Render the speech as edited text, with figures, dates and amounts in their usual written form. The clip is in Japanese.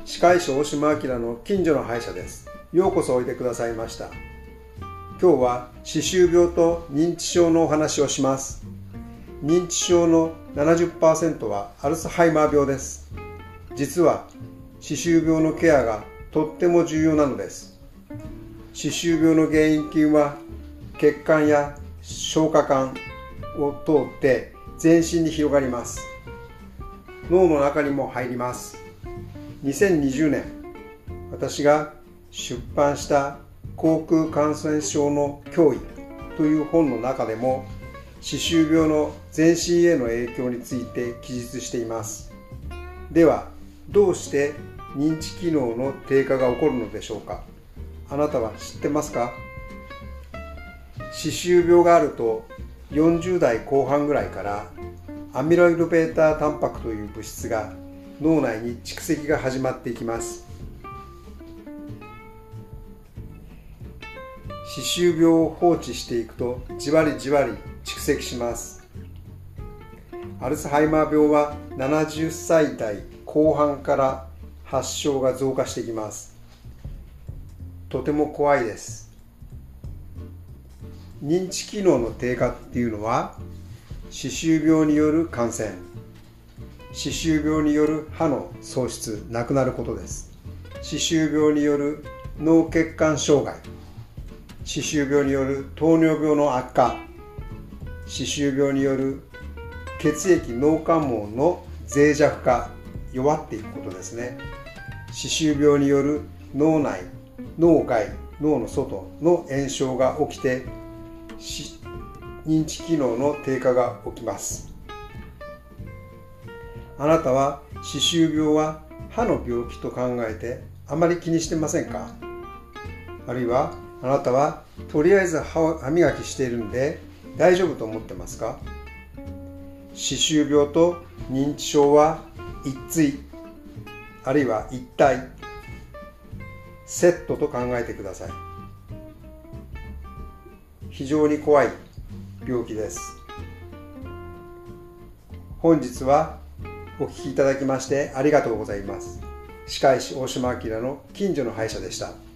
歯科医師大島明の近所の歯医者です。ようこそおいでくださいました。今日は歯周病と認知症のお話をします。認知症の 70% はアルツハイマー病です。実は歯周病のケアがとっても重要なのです。歯周病の原因菌は血管や消化管を通って全身に広がります。脳の中にも入ります。2020年、私が出版した口腔感染症の脅威という本の中でも歯周病の全身への影響について記述しています。では、どうして認知機能の低下が起こるのでしょうか。あなたは知ってますか？歯周病があると40代後半ぐらいからアミロイド β タンパクという物質が脳内に蓄積が始まっていきます。歯周病を放置していくとじわりじわり蓄積します。アルツハイマー病は70歳代後半から発症が増加していきます。とても怖いです。認知機能の低下っていうのは歯周病による感染、歯周病による歯の喪失、なくなることです。歯周病による脳血管障害、歯周病による糖尿病の悪化、歯周病による血液脳関門の脆弱化、弱っていくことですね。歯周病による脳内、脳外、脳の外の炎症が起きて認知機能の低下が起きます。あなたは歯周病は歯の病気と考えてあまり気にしてませんか？あるいはあなたはとりあえず歯磨きしているんで大丈夫と思ってますか？歯周病と認知症は一対、あるいは一体、セットと考えてください。非常に怖い病気です。本日はお聞きいただきましてありがとうございます。歯科医師大島明の近所の歯医者でした。